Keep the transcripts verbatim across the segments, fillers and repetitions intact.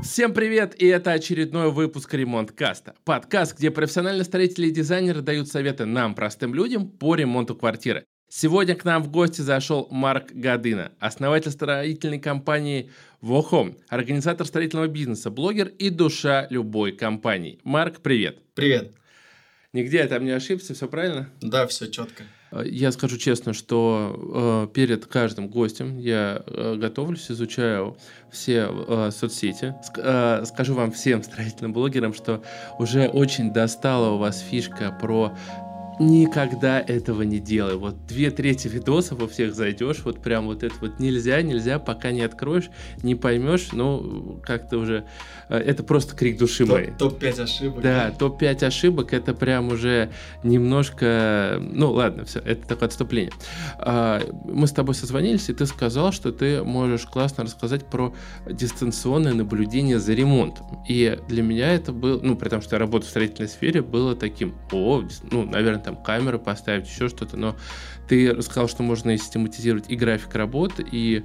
Всем привет, и это очередной выпуск Ремонткаста. Подкаст, где профессиональные строители и дизайнеры дают советы нам, простым людям, по ремонту квартиры. Сегодня к нам в гости зашел Марк Годына, основатель строительной компании Vohome, организатор строительного бизнеса, блогер и душа любой компании. Марк, привет. Привет. Нигде я там не ошибся, все правильно? Да, все четко. Я скажу честно, что э, перед каждым гостем я э, готовлюсь, изучаю все э, соцсети. Ск- э, скажу вам всем строительным блогерам, что уже очень достала у вас фишка про «никогда этого не делай». Вот две трети видосов у всех зайдешь, вот прям вот это вот нельзя, нельзя, пока не откроешь, не поймешь, ну, как-то уже... Э, это просто крик души топ, моей. топ пять ошибок. Да, топ пять ошибок, это прям уже немножко... Ну, ладно, все, это такое отступление. А, мы с тобой созвонились, и ты сказал, что ты можешь классно рассказать про дистанционное наблюдение за ремонтом. И для меня это было... Ну, при том, что я работаю в строительной сфере, было таким... О, ну, наверное, там камеры поставить, еще что-то, но ты рассказал, что можно и систематизировать и график работы, и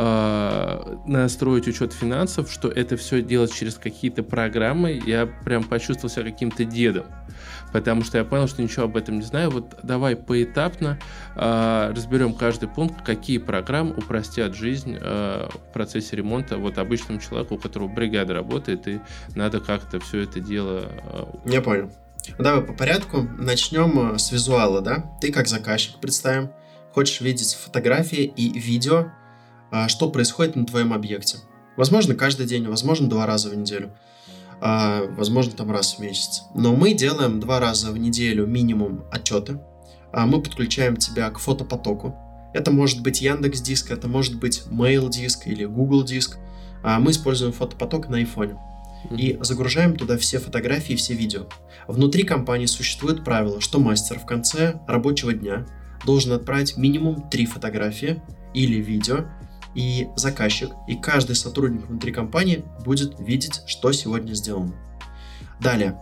э, настроить учет финансов, что это все делать через какие-то программы. Я прям почувствовал себя каким-то дедом, потому что я понял, что ничего об этом не знаю. Вот давай поэтапно э, разберем каждый пункт, какие программы упростят жизнь э, в процессе ремонта вот обычному человеку, у которого бригада работает, и надо как-то все это дело... Э, Я понял. Давай по порядку. Начнем с визуала, да? Ты как заказчик, представим, хочешь видеть фотографии и видео, что происходит на твоем объекте. Возможно, каждый день, возможно, два раза в неделю, возможно, там раз в месяц. Но мы делаем два раза в неделю минимум отчеты. Мы подключаем тебя к фотопотоку. Это может быть Яндекс.Диск, это может быть Mail.Диск или Google.Диск. Мы используем фотопоток на айфоне. И загружаем туда все фотографии и все видео. Внутри компании существует правило, что мастер в конце рабочего дня должен отправить минимум три фотографии или видео, и заказчик, и каждый сотрудник внутри компании будет видеть, что сегодня сделано. Далее,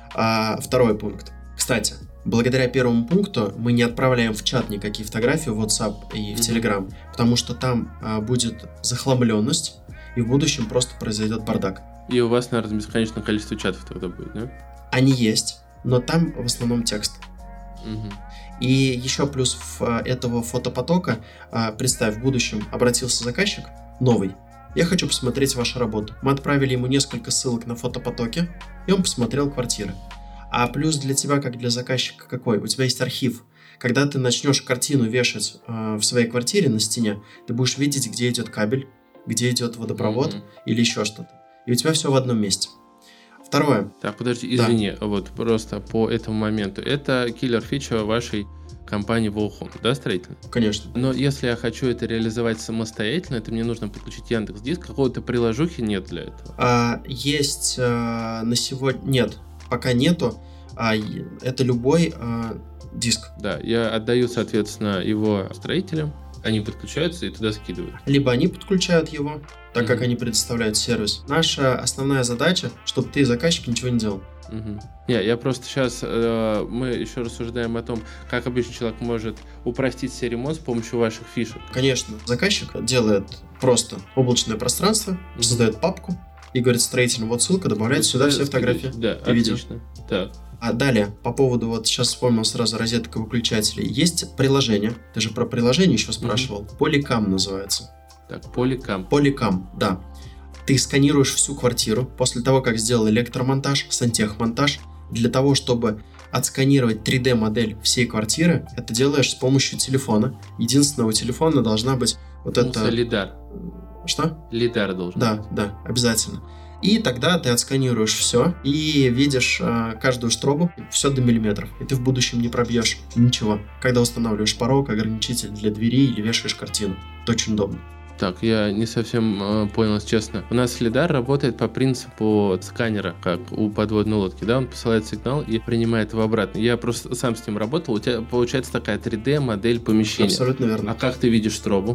второй пункт. Кстати, благодаря первому пункту мы не отправляем в чат никакие фотографии в WhatsApp и в Telegram, потому что там будет захламленность, и в будущем просто произойдет бардак. И у вас, наверное, бесконечное количество чатов тогда будет, да? Они есть, но там в основном текст. Угу. И еще плюс в этого фотопотока, представь, в будущем обратился заказчик, новый. Я хочу посмотреть вашу работу. Мы отправили ему несколько ссылок на фотопотоке, и он посмотрел квартиры. А плюс для тебя, как для заказчика, какой? У тебя есть архив. Когда ты начнешь картину вешать в своей квартире на стене, ты будешь видеть, где идет кабель, где идет водопровод mm-hmm. или еще что-то. И у тебя все в одном месте. Второе. Так, подожди, извини, да. Вот просто по этому моменту. Это киллер-фича вашей компании Vohome, да, строительной? Конечно. Но если я хочу это реализовать самостоятельно, это мне нужно подключить Яндекс.Диск, какого-то приложухи нет для этого? А, есть а, на сегодня... Нет, пока нету. А, это любой а, диск. Да, я отдаю, соответственно, его строителям. Они подключаются и туда скидывают. Либо они подключают его, так mm-hmm. как они предоставляют сервис. Наша основная задача, чтобы ты, заказчик, ничего не делал. Mm-hmm. Не, я просто сейчас, э, мы еще рассуждаем о том, как обычный человек может упростить себе ремонт с помощью ваших фишек. Конечно. Заказчик делает просто облачное пространство, mm-hmm. создает папку и говорит строителям, вот ссылка, добавляйте вот сюда все фотографии. Да, и отлично. Видео. Так. А далее, по поводу, вот сейчас вспомнил сразу розетка выключателей. Есть приложение, ты же про приложение еще спрашивал. Mm-hmm. Polycam называется. Так, Polycam. Polycam, да. Ты сканируешь всю квартиру после того, как сделал электромонтаж, сантехмонтаж. Для того, чтобы отсканировать три дэ-модель всей квартиры, это делаешь с помощью телефона. Единственное, у телефона должна быть вот ну, это... Лидар. Что? Лидар должен да, быть. Да, да, обязательно. И тогда ты отсканируешь все и видишь э, каждую штробу, все до миллиметров. И ты в будущем не пробьешь ничего, когда устанавливаешь порог, ограничитель для двери или вешаешь картину. Это очень удобно. Так, я не совсем э, понял, если честно. У нас лидар работает по принципу сканера, как у подводной лодки, да, он посылает сигнал и принимает его обратно. Я просто сам с ним работал, у тебя получается такая три дэ-модель помещения. Абсолютно верно. А как ты видишь стробу?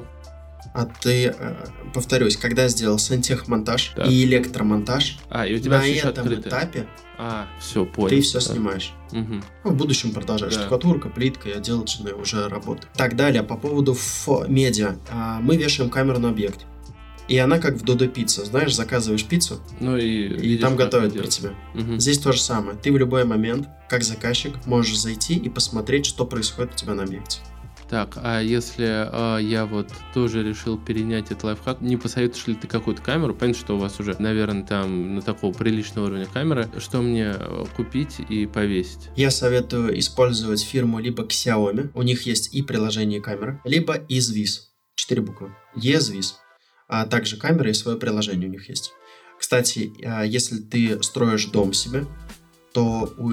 А ты, повторюсь, когда сделал сантехмонтаж так. и электромонтаж, а, и у тебя на этом открыто. этапе а, все, понял. ты все да. снимаешь. Угу. Ну, в будущем продолжаешь. Да. Штукатурка, плитка и отделочная уже работа. Так, далее, по поводу фо- медиа. Мы вешаем камеру на объект. И она как в Додо Пицца, знаешь, заказываешь пиццу, ну, и, и видишь, там готовят про тебя. Угу. Здесь то же самое. Ты в любой момент, как заказчик, можешь зайти и посмотреть, что происходит у тебя на объекте. Так, а если а, я вот тоже решил перенять этот лайфхак, не посоветуешь ли ты какую-то камеру? Понятно, что у вас уже, наверное, там на такого приличного уровня камера. Что мне купить и повесить? Я советую использовать фирму либо Xiaomi, у них есть и приложение, и камера, либо eZwiz, четыре буквы, eZwiz. А также камера и свое приложение у них есть. Кстати, если ты строишь дом себе, то у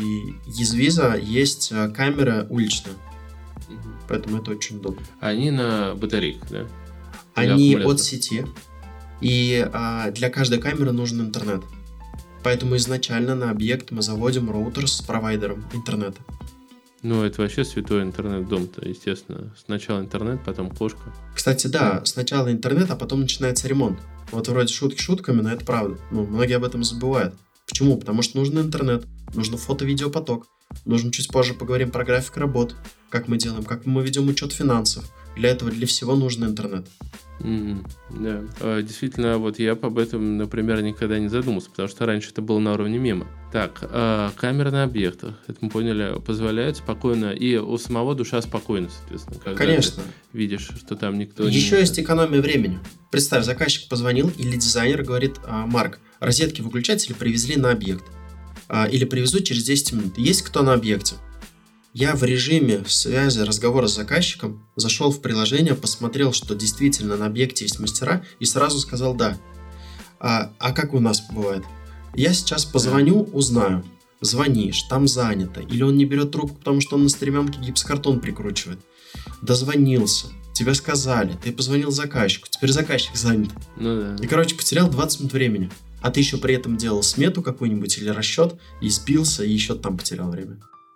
eZwiz есть камера уличная. Угу. Поэтому это очень удобно. Они на батарейках, да? Они от сети. И а, для каждой камеры нужен интернет. Поэтому изначально на объект мы заводим роутер с провайдером интернета. Ну, это вообще святой интернет-дом-то, естественно. Сначала интернет, потом кошка. Кстати, да, сначала интернет, а потом начинается ремонт. Вот вроде шутки шутками, но это правда. Ну, многие об этом забывают. Почему? Потому что нужен интернет, нужен фото-видеопоток. Нужно чуть позже поговорим про график работ, как мы делаем, как мы ведем учет финансов. Для этого, для всего нужен интернет. Mm-hmm. Да. А, действительно, вот я об этом, например, никогда не задумался, потому что раньше это было на уровне мема. Так, а, камера на объектах, это мы поняли, позволяет спокойно, и у самого душа спокойна, соответственно. Когда Конечно. Ты видишь, что там никто Еще не... Еще есть экономия времени. Представь, заказчик позвонил, или дизайнер говорит: Марк, розетки-выключатели привезли на объект. Или привезут через десять минут. Есть кто на объекте? Я в режиме связи, разговора с заказчиком зашел в приложение, посмотрел, что действительно на объекте есть мастера, и сразу сказал да. А, а как у нас бывает? Я сейчас позвоню, узнаю. Звонишь, там занято. Или он не берет трубку, потому что он на стремянке гипсокартон прикручивает. Дозвонился. Тебе сказали, ты позвонил заказчику, теперь заказчик занят. Ну да. И, короче, потерял двадцать минут времени. А ты еще при этом делал смету какую-нибудь или расчет, и сбился, и еще там потерял время.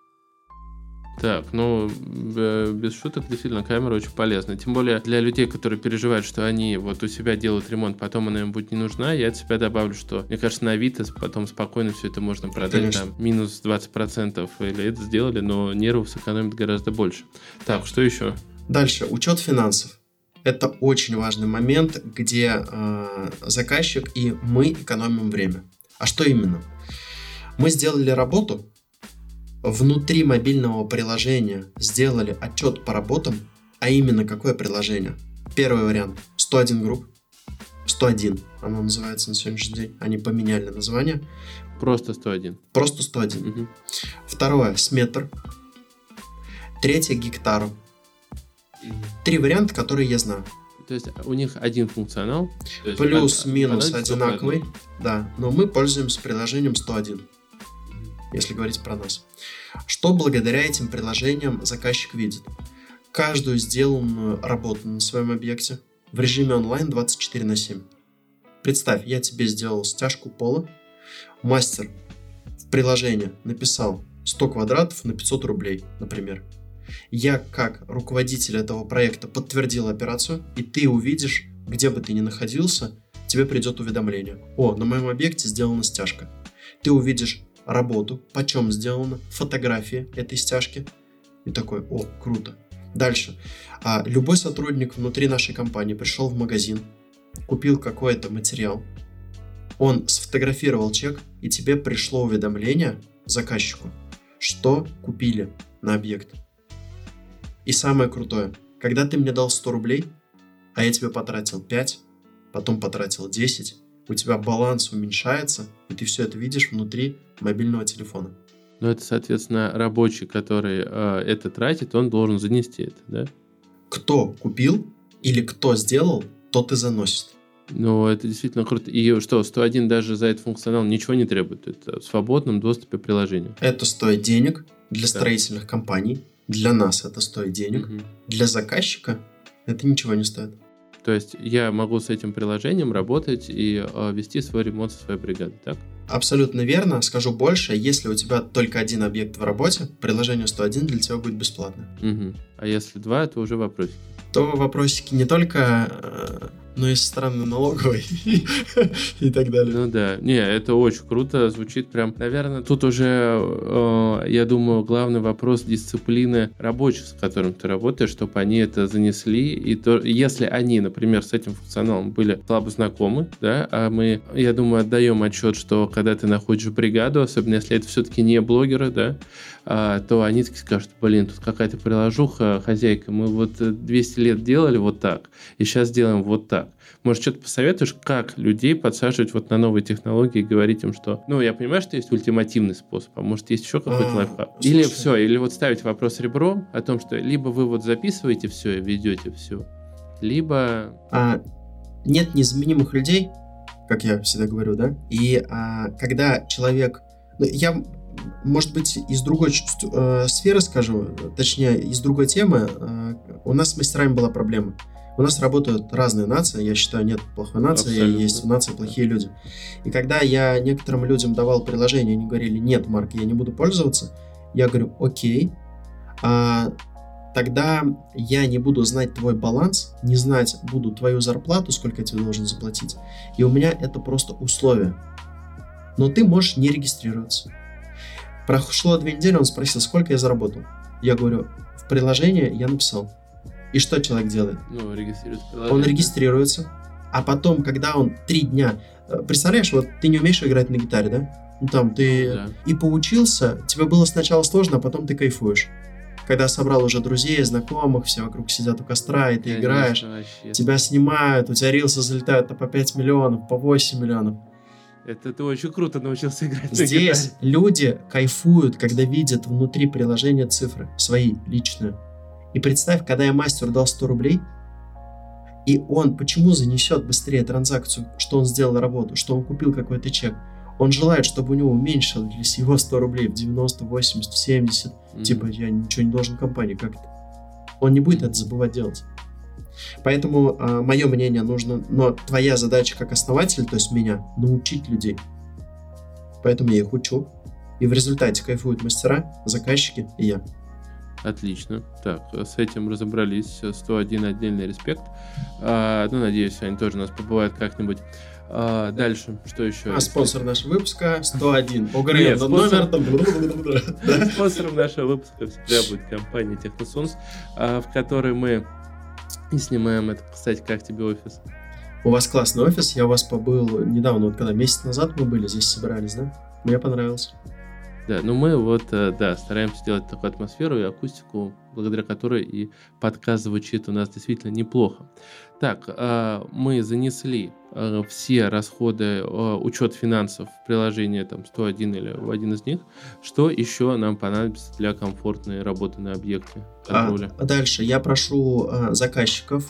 Так, ну, без шуток, действительно, камера очень полезна. Тем более для людей, которые переживают, что они вот у себя делают ремонт, потом она им будет не нужна, я от себя добавлю, что, мне кажется, на Авито потом спокойно все это можно продать. Конечно. Там минус двадцать процентов, или это сделали, но нервов сэкономит гораздо больше. Так, что еще? Дальше, учет финансов. Это очень важный момент, где э, заказчик и мы экономим время. А что именно? Мы сделали работу, внутри мобильного приложения сделали отчет по работам, а именно какое приложение? Первый вариант – сто один групп, сто один оно называется на сегодняшний день, они поменяли название. Просто сто один. Просто сто один. Угу. Второе – Сметр. Третье – Гектару. Три варианта, которые я знаю. То есть у них один функционал. Плюс-минус одинаковый. Да, но мы пользуемся приложением сто один. Если говорить про нас. Что благодаря этим приложениям заказчик видит? Каждую сделанную работу на своем объекте в режиме онлайн двадцать четыре на семь. Представь, я тебе сделал стяжку пола. Мастер в приложении написал сто квадратов на пятьсот рублей, например. Я, как руководитель этого проекта, подтвердил операцию, и ты увидишь, где бы ты ни находился, тебе придет уведомление. О, на моем объекте сделана стяжка. Ты увидишь работу, почем сделано, фотографии этой стяжки. И такой: о, круто. Дальше. А, любой сотрудник внутри нашей компании пришел в магазин, купил какой-то материал, он сфотографировал чек, и тебе пришло уведомление заказчику, что купили на объект. И самое крутое, когда ты мне дал сто рублей, а я тебе потратил пять, потом потратил десять, у тебя баланс уменьшается, и ты все это видишь внутри мобильного телефона. Ну, это, соответственно, рабочий, который э, это тратит, он должен занести это, да? Кто купил или кто сделал, тот и заносит. Ну, это действительно круто. И что, сто один даже за этот функционал ничего не требует? Это в свободном доступе приложения. Это стоит денег для да. строительных компаний. Для нас это стоит денег. Угу. Для заказчика это ничего не стоит. То есть я могу с этим приложением работать и э, вести свой ремонт со своей бригадой, так? Абсолютно верно. Скажу больше, если у тебя только один объект в работе, приложение сто один для тебя будет бесплатно. Угу. А если два, то уже вопросики. То вопросики не только но и со стороны налоговой и так далее. Ну да, не, это очень круто, звучит прям, наверное, тут уже, э, я думаю, главный вопрос дисциплины рабочих, с которым ты работаешь, чтобы они это занесли, и то, если они, например, с этим функционалом были слабо знакомы, да, а мы, я думаю, отдаем отчет, что когда ты находишь бригаду, особенно если это все-таки не блогеры, да, а, то они таки скажут, блин, тут какая-то приложуха, хозяйка, мы вот двести лет делали вот так, и сейчас делаем вот так. Может, что-то посоветуешь, как людей подсаживать вот на новые технологии и говорить им, что... Ну, я понимаю, что есть ультимативный способ, а может, есть еще какой-то а, лайфхак. Слушай. Или все, или вот ставить вопрос ребром о том, что либо вы вот записываете все и ведете все, либо... А, нет незаменимых людей, как я всегда говорю, да? И а, когда человек... Ну, я, может быть, из другой э, сферы скажу, точнее, из другой темы. Э, у нас с мастерами была проблема. У нас работают разные нации, я считаю, нет плохой нации, Абсолютно. Есть в нации плохие люди. И когда я некоторым людям давал приложение, они говорили, нет, Марк, я не буду пользоваться, я говорю, окей, а, тогда я не буду знать твой баланс, не знать буду твою зарплату, сколько я тебе должен заплатить, и у меня это просто условие. Но ты можешь не регистрироваться. Прошло две недели, он спросил, сколько я заработал. Я говорю, в приложении я написал. И что человек делает? Ну, регистрируется. Он регистрируется, а потом, когда он три дня... Представляешь, вот ты не умеешь играть на гитаре, да? Ну, там ты ну, да. и поучился, тебе было сначала сложно, а потом ты кайфуешь. Когда собрал уже друзей, знакомых, все вокруг сидят у костра, и ты Конечно, играешь, вообще. Тебя снимают, у тебя рилсы залетают по пять миллионов, по восемь миллионов. Это ты очень круто научился играть Здесь на гитаре. Люди кайфуют, когда видят внутри приложения цифры, свои, личные. И представь, когда я мастеру дал сто рублей, и он почему занесет быстрее транзакцию, что он сделал работу, что он купил какой-то чек. Он желает, чтобы у него уменьшились его сто рублей в девяносто, восемьдесят, семьдесят. Mm-hmm. Типа, я ничего не должен компании, как это? Он не будет это забывать делать. Поэтому, э, мое мнение, нужно... Но твоя задача как основатель, то есть меня, научить людей. Поэтому я их учу. И в результате кайфуют мастера, заказчики и я. Отлично. Так, с этим разобрались. сто один отдельный респект. А, ну, надеюсь, они тоже у нас побывают как-нибудь. А, дальше, что еще? А спонсор нашего выпуска сто один. Угорел на номер. Там... Спонсором нашего выпуска всегда будет компания Technosons, в которой мы и снимаем это. Кстати, как тебе офис? У вас классный офис. Я у вас побыл недавно, вот когда месяц назад мы были, здесь собирались, да? Мне понравилось. Да, ну мы вот, да, стараемся делать такую атмосферу и акустику, благодаря которой и подкаст звучит у нас действительно неплохо. Так, мы занесли все расходы, учет финансов в приложение там сто один или в один из них. Что еще нам понадобится для комфортной работы на объекте контроля? А дальше я прошу заказчиков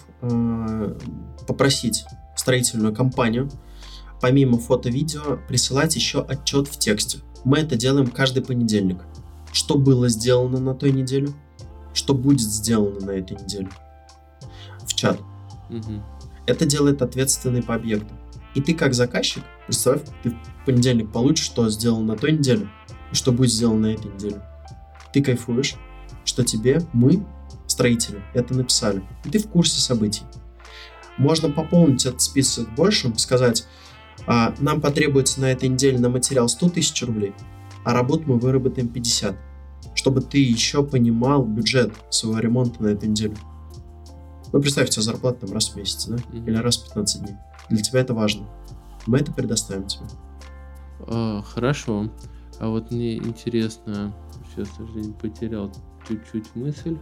попросить строительную компанию помимо фото-видео присылать еще отчет в тексте. Мы это делаем каждый понедельник. Что было сделано на той неделе, что будет сделано на этой неделе. В чат. Угу. Это делает ответственный по объекту. И ты как заказчик, представь, ты в понедельник получишь, что сделано на той неделе и что будет сделано на этой неделе. Ты кайфуешь, что тебе мы, строители, это написали. И ты в курсе событий. Можно пополнить этот список больше, сказать... А, нам потребуется на этой неделе на материал сто тысяч рублей, а работу мы выработаем пятьдесят, чтобы ты еще понимал бюджет своего ремонта на этой неделе. Ну, представь, у тебя зарплата там раз в месяц, да? Mm-hmm. Или раз в пятнадцать дней. Для тебя это важно. Мы это предоставим тебе. А, хорошо. А вот мне интересно, сейчас, к сожалению, потерял чуть-чуть мысль.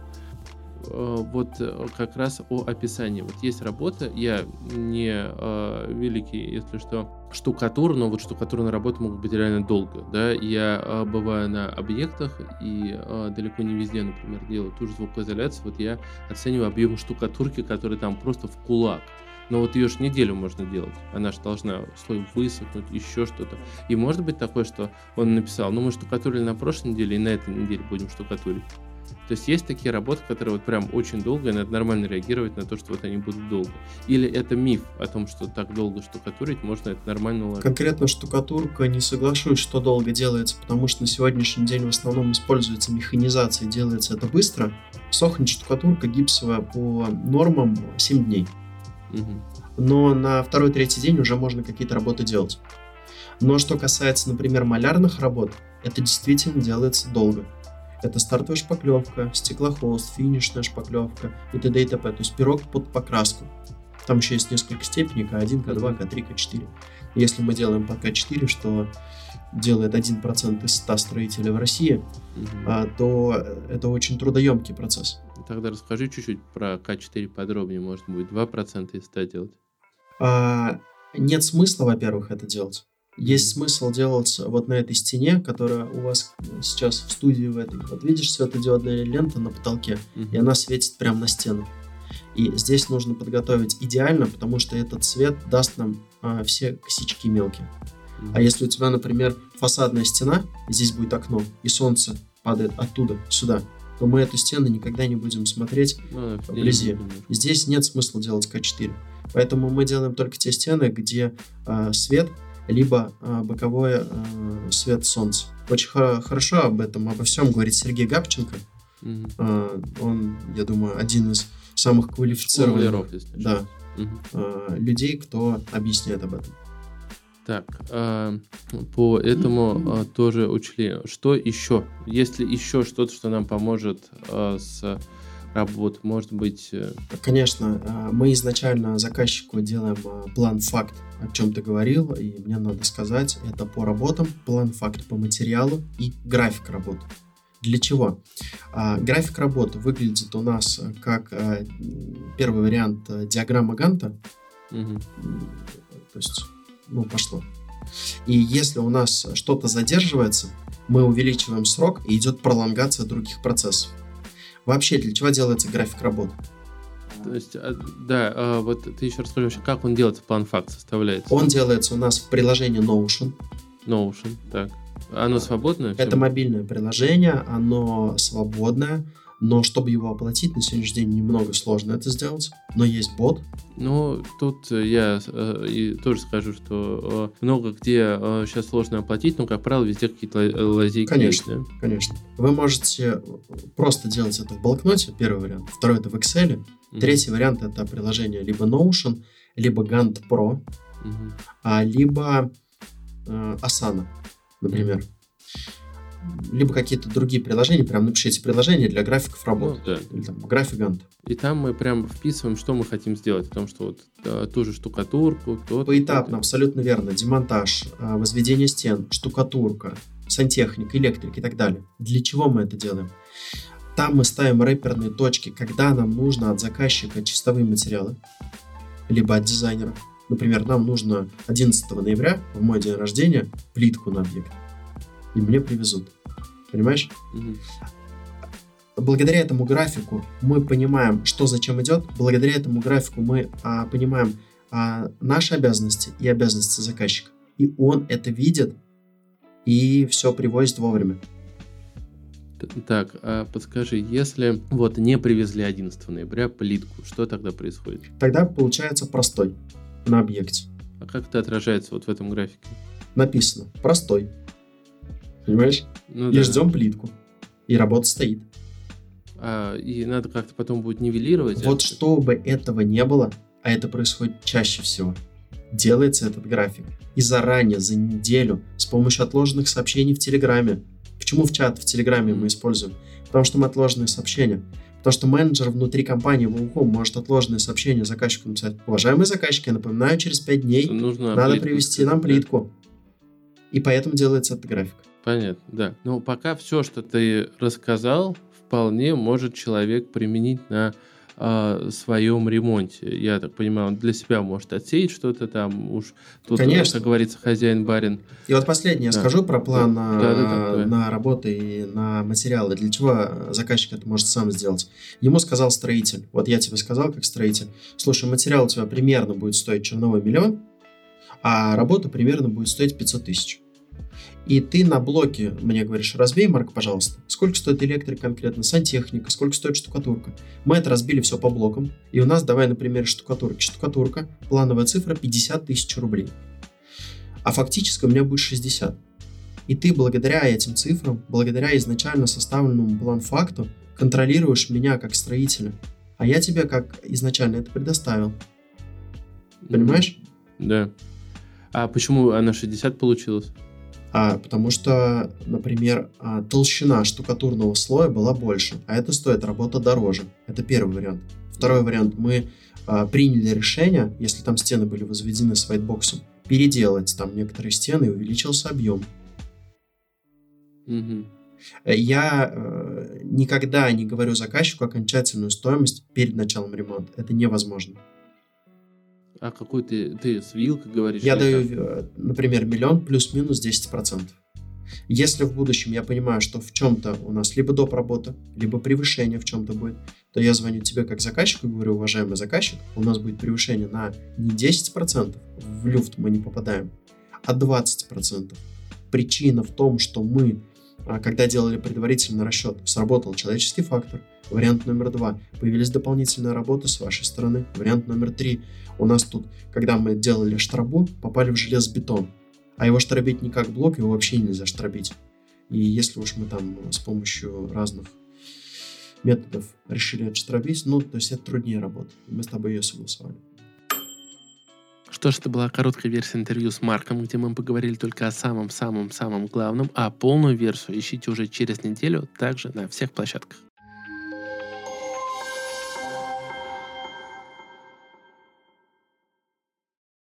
Вот как раз о описании. Вот есть работа, я не э, великий, если что, штукатур, но вот штукатурные работы могут быть реально долго, да, я э, бываю на объектах и э, далеко не везде, например, делаю ту же звукоизоляцию, вот я оцениваю объем штукатурки, который там просто в кулак. Но вот ее же неделю можно делать. Она же должна слой высохнуть, еще что-то. И может быть такое, что он написал, ну мы штукатурили на прошлой неделе, и на этой неделе будем штукатурить. То есть есть такие работы, которые вот прям очень долго, и надо нормально реагировать на то, что вот они будут долго. Или это миф о том, что так долго штукатурить, можно это нормально уложить? Конкретно штукатурка не соглашусь, что долго делается, потому что на сегодняшний день в основном используется механизация, делается это быстро. Сохнет штукатурка гипсовая по нормам семь дней. Угу. но на второй-третий день уже можно какие-то работы делать. Но что касается, например, малярных работ, это действительно делается долго. Это стартовая шпаклевка, стеклохолст, финишная шпаклевка и т.д. и т.п. То есть пирог под покраску. Там еще есть несколько степеней: ка один, ка два, ка три, ка четыре. Если мы делаем по ка четыре, что делает один процент из ста строителей в России, угу. то это очень трудоемкий процесс. Тогда расскажи чуть-чуть про ка четыре подробнее. Может быть, два процента из ста делать? А, нет смысла, во-первых, это делать. Есть смысл делать вот на этой стене, которая у вас сейчас в студии в этой. Вот видишь, светодиодная лента на потолке, uh-huh. и она светит прямо на стену. И здесь нужно подготовить идеально, потому что этот свет даст нам а, все косячки мелкие. Uh-huh. А если у тебя, например, фасадная стена, здесь будет окно, и солнце падает оттуда сюда, то мы эту стену никогда не будем смотреть uh-huh. вблизи. Здесь нет смысла делать ка четыре. Поэтому мы делаем только те стены, где а, свет... либо э, боковой э, свет солнца. Очень хо- хорошо об этом, обо всем говорит Сергей Габченко. Mm-hmm. Э, он, я думаю, один из самых квалифицированных да, mm-hmm. э, людей, кто объясняет об этом. Так, э, по этому э, тоже учли. Что еще? Есть ли еще что-то, что нам поможет э, с работ, может быть... Конечно, мы изначально заказчику делаем план-факт, о чем ты говорил, и мне надо сказать, это по работам, план-факт по материалу и график работы. Для чего? График работы выглядит у нас как первый вариант диаграмма Ганта. Угу. То есть, ну, пошло. И если у нас что-то задерживается, мы увеличиваем срок, и идет пролонгация других процессов. Вообще, для чего делается график работы? То есть, да, вот ты еще расскажи вообще, как он делается, план-факт составляется? Он делается у нас в приложении Notion. Notion, так. Оно свободное? Это всем? Мобильное приложение, оно свободное, но чтобы его оплатить, на сегодняшний день немного сложно это сделать, но есть бот. Ну, тут я э, и тоже скажу, что э, много где э, сейчас сложно оплатить, но, как правило, везде какие-то лазейки. Конечно, есть, да? конечно. Вы можете просто делать это в блокноте, первый вариант. Второй — это в Excel. Mm-hmm. Третий вариант — это приложение либо Notion, либо Gantt Pro, mm-hmm. а, либо э, Asana, например. Mm-hmm. Либо какие-то другие приложения, прям напишите приложение для графиков работы. Ну, да. Или там график Gantt. И там мы прям вписываем, что мы хотим сделать. Потому что вот да, ту же штукатурку, то поэтапно, абсолютно верно. Демонтаж, возведение стен, штукатурка, сантехника, электрик и так далее. Для чего мы это делаем? Там мы ставим рэперные точки, когда нам нужно от заказчика чистовые материалы, либо от дизайнера. Например, нам нужно одиннадцатого ноября, в мой день рождения, плитку на объект. И мне привезут. Понимаешь? Mm-hmm. Благодаря этому графику мы понимаем, что зачем идет. Благодаря этому графику мы а, понимаем а, наши обязанности и обязанности заказчика. И он это видит и все привозит вовремя. Так, а подскажи, если вот не привезли одиннадцатого ноября плитку, что тогда происходит? Тогда получается простой на объекте. А как это отражается вот в этом графике? Написано простой. Понимаешь? Ну, и да. Ждем плитку. И работа стоит. А, и надо как-то потом будет нивелировать. Вот это? Чтобы этого не было, а это происходит чаще всего, делается этот график. И заранее, за неделю, с помощью отложенных сообщений в Телеграме. Почему в чат в Телеграме mm-hmm. мы используем? Потому что мы отложенные сообщения. Потому что менеджер внутри компании в УХО может отложенные сообщения заказчику написать: уважаемые заказчики, я напоминаю, через пять дней Нужно надо привезти нам плитку. И поэтому делается этот график. Понятно, да. Но пока все, что ты рассказал, вполне может человек применить на э, своем ремонте. Я так понимаю, он для себя может отсеять что-то там, уж тут, Конечно. Как говорится, хозяин-барин. И вот последнее да. скажу про план да. Да, да, да, на работы и на материалы. Для чего заказчик это может сам сделать? Ему сказал строитель, вот я тебе сказал как строитель: слушай, материал у тебя примерно будет стоить черновой миллион, а работа примерно будет стоить пятьсот тысяч. И ты на блоке мне говоришь: разбей, Марк, пожалуйста, сколько стоит электрик конкретно, сантехника, сколько стоит штукатурка. Мы это разбили все по блокам, и у нас, давай на примере штукатурки. Штукатурка, плановая цифра пятьдесят тысяч рублей. А фактически у меня будет шестьдесят. И ты благодаря этим цифрам, благодаря изначально составленному план-факту, контролируешь меня как строителя. А я тебе как изначально это предоставил. Понимаешь? Да. А почему она шестьдесят получилась? А, потому что, например, а, толщина штукатурного слоя была больше, а это стоит работа дороже. Это первый вариант. Второй вариант. Мы а, приняли решение, если там стены были возведены с вайтбоксом, переделать там некоторые стены, и увеличился объем. Угу. Я э, никогда не говорю заказчику окончательную стоимость перед началом ремонта. Это невозможно. А какой ты, ты с вилкой говоришь? Я или даю, как? э, например, миллион плюс-минус десять процентов. Если в будущем я понимаю, что в чем-то у нас либо доп. Работа, либо превышение в чем-то будет, то я звоню тебе как заказчику и говорю: уважаемый заказчик, у нас будет превышение на не десять процентов, в люфт мы не попадаем, а двадцать процентов. Причина в том, что мы, а, когда делали предварительный расчет, сработал человеческий фактор. Вариант номер два. Появились дополнительные работы с вашей стороны. Вариант номер три. У нас тут, когда мы делали штрабу, попали в железобетон. А его штробить не как блок, его вообще нельзя штробить. И если уж мы там с помощью разных методов решили отштробить, ну, то есть это труднее работа. Мы с тобой ее согласовали. Что ж, это была короткая версия интервью с Марком, где мы поговорили только о самом-самом-самом главном, а полную версию ищите уже через неделю, также на всех площадках.